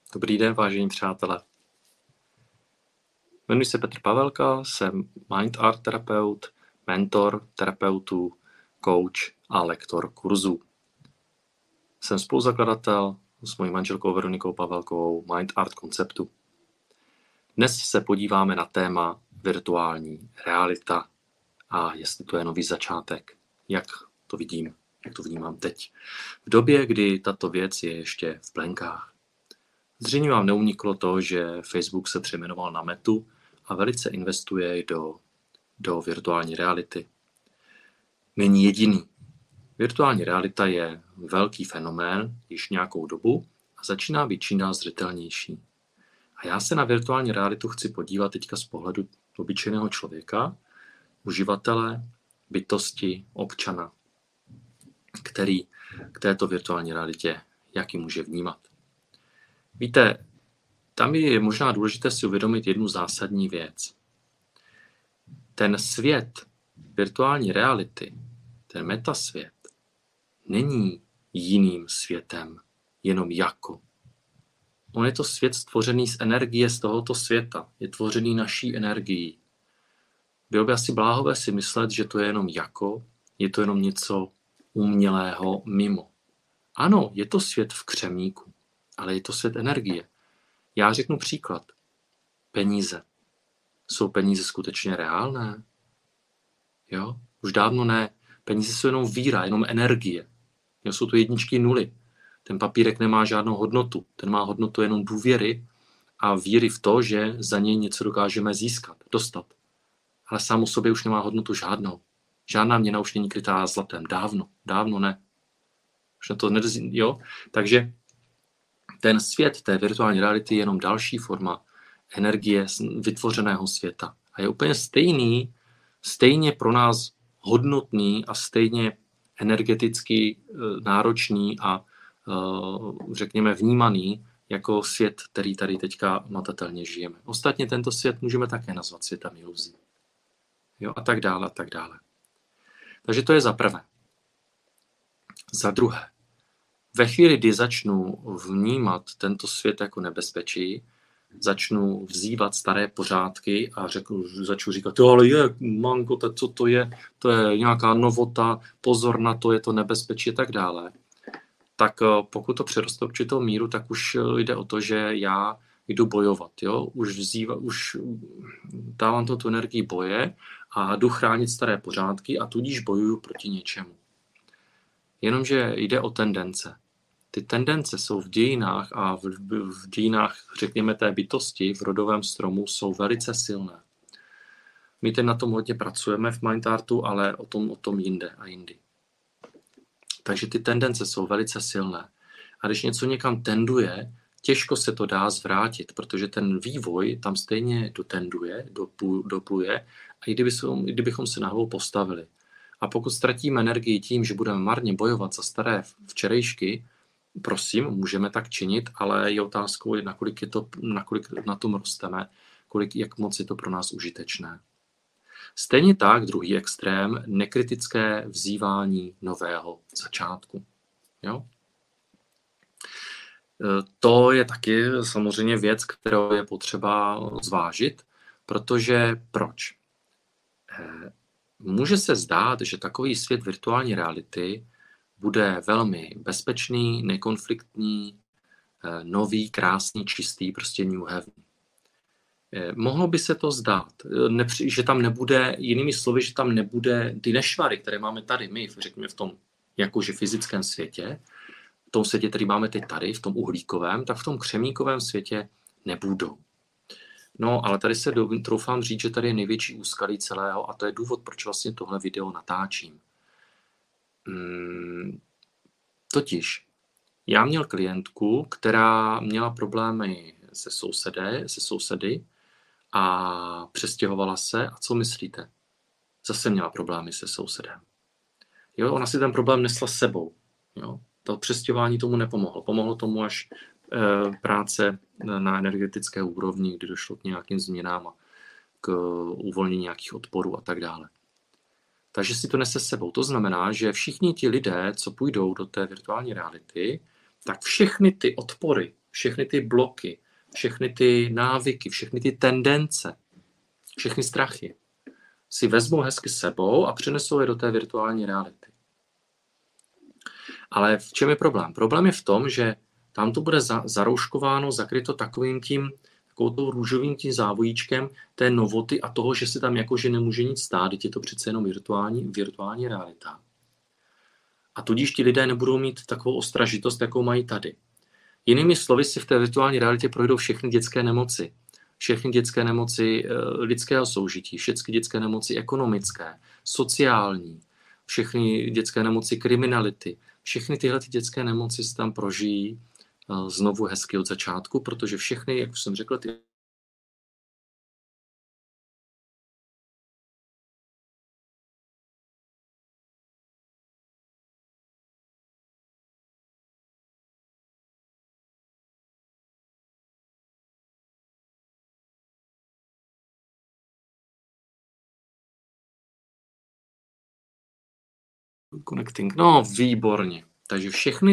Dobrý den, vážení přátelé. Jmenuji se Petr Pavelka, jsem mind art terapeut, mentor terapeutů, coach a lektor kurzů. Jsem spoluzakladatel s mojí manželkou Veronikou Pavelkovou Mind Art konceptu. Dnes se podíváme na téma virtuální realita a jestli to je nový začátek, jak to vidím, jak to vnímám teď. V době, kdy tato věc je ještě v plenkách. Zřejmě vám neuniklo to, že Facebook se přejmenoval na Metu a velice investuje do virtuální reality. Není jediný. Virtuální realita je velký fenomén již nějakou dobu a začíná být čím dál zřetelnější. A já se na virtuální realitu chci podívat teďka z pohledu obyčejného člověka, uživatele, bytosti, občana, který k této virtuální realitě jak ji může vnímat. Víte, tam je možná důležité si uvědomit jednu zásadní věc. Ten svět virtuální reality, ten metasvět, není jiným světem, jenom jako. On je to svět stvořený z energie z tohoto světa, je tvořený naší energií. Bylo by asi bláhové si myslet, že to je jenom jako, je to jenom něco umělého mimo. Ano, je to svět v křemíku, ale je to svět energie. Já řeknu příklad. Peníze. Jsou peníze skutečně reálné? Jo? Už dávno ne. Peníze jsou jenom víra, jenom energie. Jo, jsou to jedničky, nuly. Ten papírek nemá žádnou hodnotu. Ten má hodnotu jenom důvěry a víry v to, že za něj něco dokážeme získat, dostat. Ale sám o sobě už nemá hodnotu žádnou. Žádná měna už není krytá zlatem. Dávno ne. Už na to nedozí, jo? Takže ten svět té virtuální reality je jenom další forma energie z vytvořeného světa. A je úplně stejně pro nás hodnotný a stejně energeticky náročný a řekněme vnímaný jako svět, který tady teďka matatelně žijeme. Ostatně tento svět můžeme také nazvat světem iluzí. Jo, a tak dále, a tak dále. Takže to je za prvé. Za druhé. Ve chvíli, kdy začnu vnímat tento svět jako nebezpečí, začnu vzývat staré pořádky a začnu říkat, jo, ale manko, co to je nějaká novota, pozor na to, je to nebezpečí a tak dále. Tak pokud to přeroste určitou míru, tak už jde o to, že já jdu bojovat. Jo? Už dávám tu energii boje a jdu chránit staré pořádky a tudíž bojuju proti něčemu. Jenomže jde o tendence. Ty tendence jsou v dějinách a v dějinách, řekněme, té bytosti v rodovém stromu jsou velice silné. My teď na tom hodně pracujeme v Mindartu, ale o tom jinde a jindy. Takže ty tendence jsou velice silné. A když něco někam tenduje, těžko se to dá zvrátit, protože ten vývoj tam stejně dopluje a i kdybychom se na hlavu postavili. A pokud ztratíme energii tím, že budeme marně bojovat za staré včerejšky, prosím, můžeme tak činit, ale je otázkou, nakolik na tom rosteme, jak moc je to pro nás užitečné. Stejně tak druhý extrém, nekritické vzývání nového začátku. Jo? To je taky samozřejmě věc, kterou je potřeba zvážit, protože proč? Může se zdát, že takový svět virtuální reality bude velmi bezpečný, nekonfliktní, nový, krásný, čistý, prostě New Heaven. Mohlo by se to zdát, že tam nebude, jinými slovy, že tam nebude ty nešvary, které máme tady my, řekněme v tom jakože fyzickém světě, v tom světě, který máme teď tady, v tom uhlíkovém, tak v tom křemíkovém světě nebudou. No, ale tady se troufám říct, že tady je největší úskalí celého a to je důvod, proč vlastně tohle video natáčím. Totiž, já měl klientku, která měla problémy se sousedy a přestěhovala se. A co myslíte? Zase měla problémy se sousedem. Jo, ona si ten problém nesla s sebou. Jo? To přestěhování tomu nepomohlo. Pomohlo tomu až práce na energetické úrovni, kdy došlo k nějakým změnám a k uvolnění nějakých odporů a tak dále. Takže si to nese s sebou. To znamená, že všichni ti lidé, co půjdou do té virtuální reality, tak všechny ty odpory, všechny ty bloky, všechny ty návyky, všechny ty tendence, všechny strachy si vezmou hezky sebou a přinesou je do té virtuální reality. Ale v čem je problém? Problém je v tom, že tam to bude zarouškováno, zakryto takovou tou růžovým tím závojíčkem té novoty a toho, že se tam jakože nemůže nic stát, je to přece jenom virtuální realita. A tudíž ti lidé nebudou mít takovou ostražitost, jakou mají tady. Jinými slovy si v té virtuální realitě projdou všechny dětské nemoci. Všechny dětské nemoci lidského soužití, všechny dětské nemoci ekonomické, sociální, všechny dětské nemoci kriminality. Všechny tyhle dětské nemoci se tam prožijí znovu hezky od začátku, protože všechny, jak už jsem řekl, ty connecting. No, výborně. Takže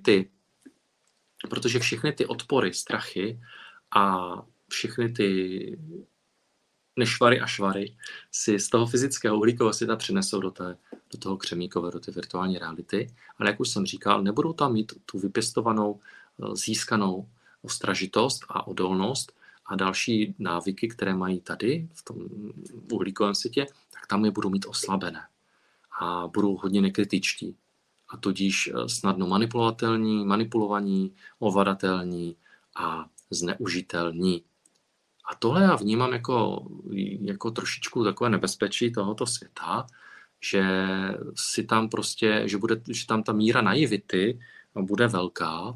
protože všechny ty odpory, strachy a všechny ty nešvary a švary si z toho fyzického uhlíkového světa přinesou do toho křemíkové, do té virtuální reality. Ale jak už jsem říkal, nebudou tam mít tu vypěstovanou, získanou ostražitost a odolnost a další návyky, které mají tady v tom uhlíkovém světě, tak tam je budou mít oslabené a budou hodně nekritičtí. A tudíž snadno manipulovaní, ovladatelní a zneužitelní. A tohle já vnímám jako trošičku takové nebezpečí tohoto světa, že si tam prostě, že tam ta míra naivity bude velká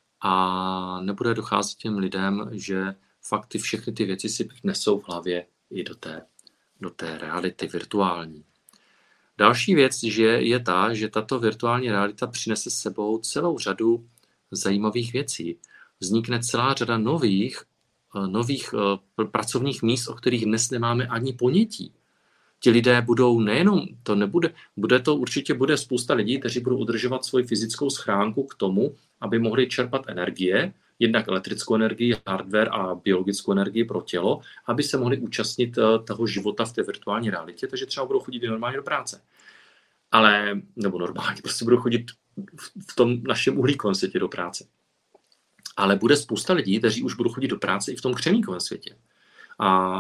a nebude docházet těm lidem, že fakt všechny ty věci si nesou v hlavě i do té reality virtuální. Další věc je ta, že tato virtuální realita přinese s sebou celou řadu zajímavých věcí. Vznikne celá řada nových pracovních míst, o kterých dnes nemáme ani ponětí. Ti lidé budou určitě bude spousta lidí, kteří budou udržovat svoji fyzickou schránku k tomu, aby mohli čerpat energie, jednak elektrickou energii, hardware a biologickou energii pro tělo, aby se mohli účastnit toho života v té virtuální realitě, takže třeba budou chodit i normálně do práce. Nebo normálně, prostě budou chodit v tom našem uhlíkovém světě do práce. Ale bude spousta lidí, kteří už budou chodit do práce i v tom křemíkovém světě. A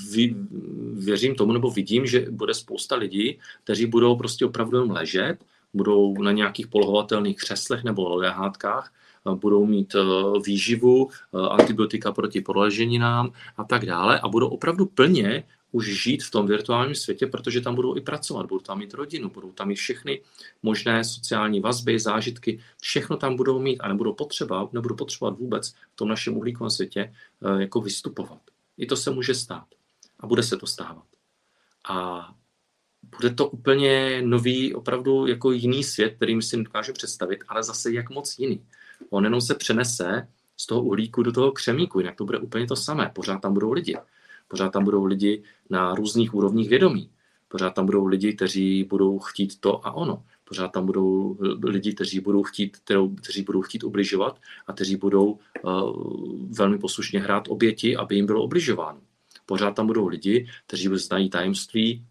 věřím tomu, nebo vidím, že bude spousta lidí, kteří budou prostě opravdu jen ležet, budou na nějakých polohovatelných křeslech nebo lehátkách, budou mít výživu, antibiotika proti podleženinám a tak dále a budou opravdu plně už žít v tom virtuálním světě, protože tam budou i pracovat, budou tam mít rodinu, budou tam mít všechny možné sociální vazby, zážitky, všechno tam budou mít a nebudou potřebovat vůbec v tom našem uhlíkovém světě jako vystupovat. I to se může stát a bude se to stávat. A bude to úplně nový, opravdu jako jiný svět, kterým si nedokážu představit, ale zase jak moc jiný. On jenom se přenese z toho uhlíku do toho křemíku, jinak to bude úplně to samé. Pořád tam budou lidi. Pořád tam budou lidi na různých úrovních vědomí. Pořád tam budou lidi, kteří budou chtít to a ono. Pořád tam budou lidi, kteří budou chtít ubližovat a kteří budou velmi poslušně hrát oběti, aby jim bylo ubližováno. Pořád tam budou lidi, kteří znají tajemství,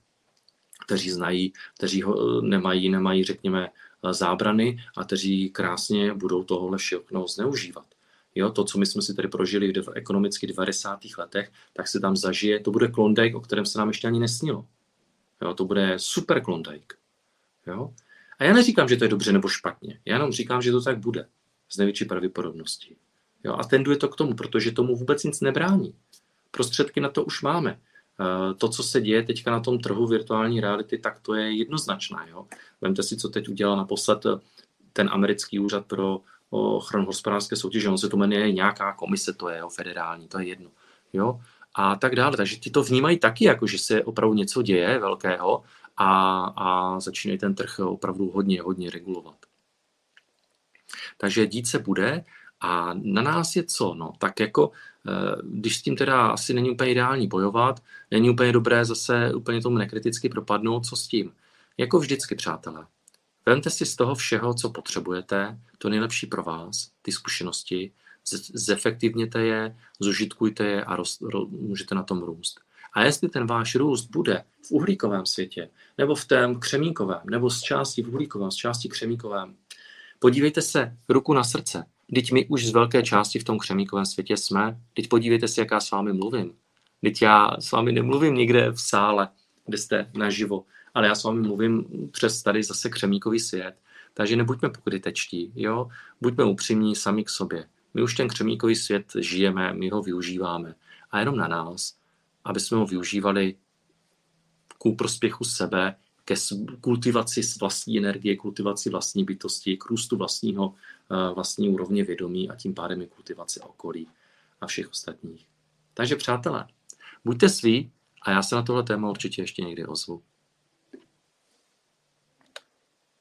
kteří nemají, řekněme, zábrany a kteří krásně budou tohle všechno zneužívat. Jo, to, co my jsme si tady prožili v ekonomicky 90. letech, tak se tam zažije, to bude Klondike, o kterém se nám ještě ani nesnilo. Jo, to bude super Klondike. Jo? A já neříkám, že to je dobře nebo špatně. Já jenom říkám, že to tak bude. Z největší pravděpodobností. Jo? A tenduje to k tomu, protože tomu vůbec nic nebrání. Prostředky na to už máme. To, co se děje teďka na tom trhu virtuální reality, tak to je jednoznačné. Jo? Vemte si, co teď udělal naposled ten americký úřad pro ochranu hospodářské soutěže. On se to jmenuje nějaká komise, to je federální, to je jedno. Jo? A tak dále. Takže ti to vnímají taky, jako že se opravdu něco děje velkého a začínají ten trh opravdu hodně regulovat. Takže dít se bude a na nás je co? No, tak jako, když s tím teda asi není úplně ideální bojovat, není úplně dobré zase úplně tomu nekriticky propadnout, co s tím? Jako vždycky, přátelé. Vemte si z toho všeho, co potřebujete, to nejlepší pro vás, ty zkušenosti, zefektivněte je, zužitkujte je a můžete na tom růst. A jestli ten váš růst bude v uhlíkovém světě, nebo v tom křemíkovém, nebo z části v uhlíkovém, z části křemíkovém, podívejte se ruku na srdce. Vždyť my už z velké části v tom křemíkovém světě jsme. Vždyť podívejte se, jak já s vámi mluvím. Vždyť já s vámi nemluvím někde v sále, kde jste naživo, ale já s vámi mluvím přes tady zase křemíkový svět. Takže nebuďme pokrytečtí, jo? Buďme upřímní sami k sobě. My už ten křemíkový svět žijeme, my ho využíváme. A jenom na nás, aby jsme ho využívali ku prospěchu sebe, ke kultivaci vlastní energie, kultivaci vlastní bytosti, k růstu vlastní úrovně vědomí a tím pádem i kultivaci okolí a všech ostatních. Takže přátelé, buďte sví a já se na tohle téma určitě ještě někdy ozvu.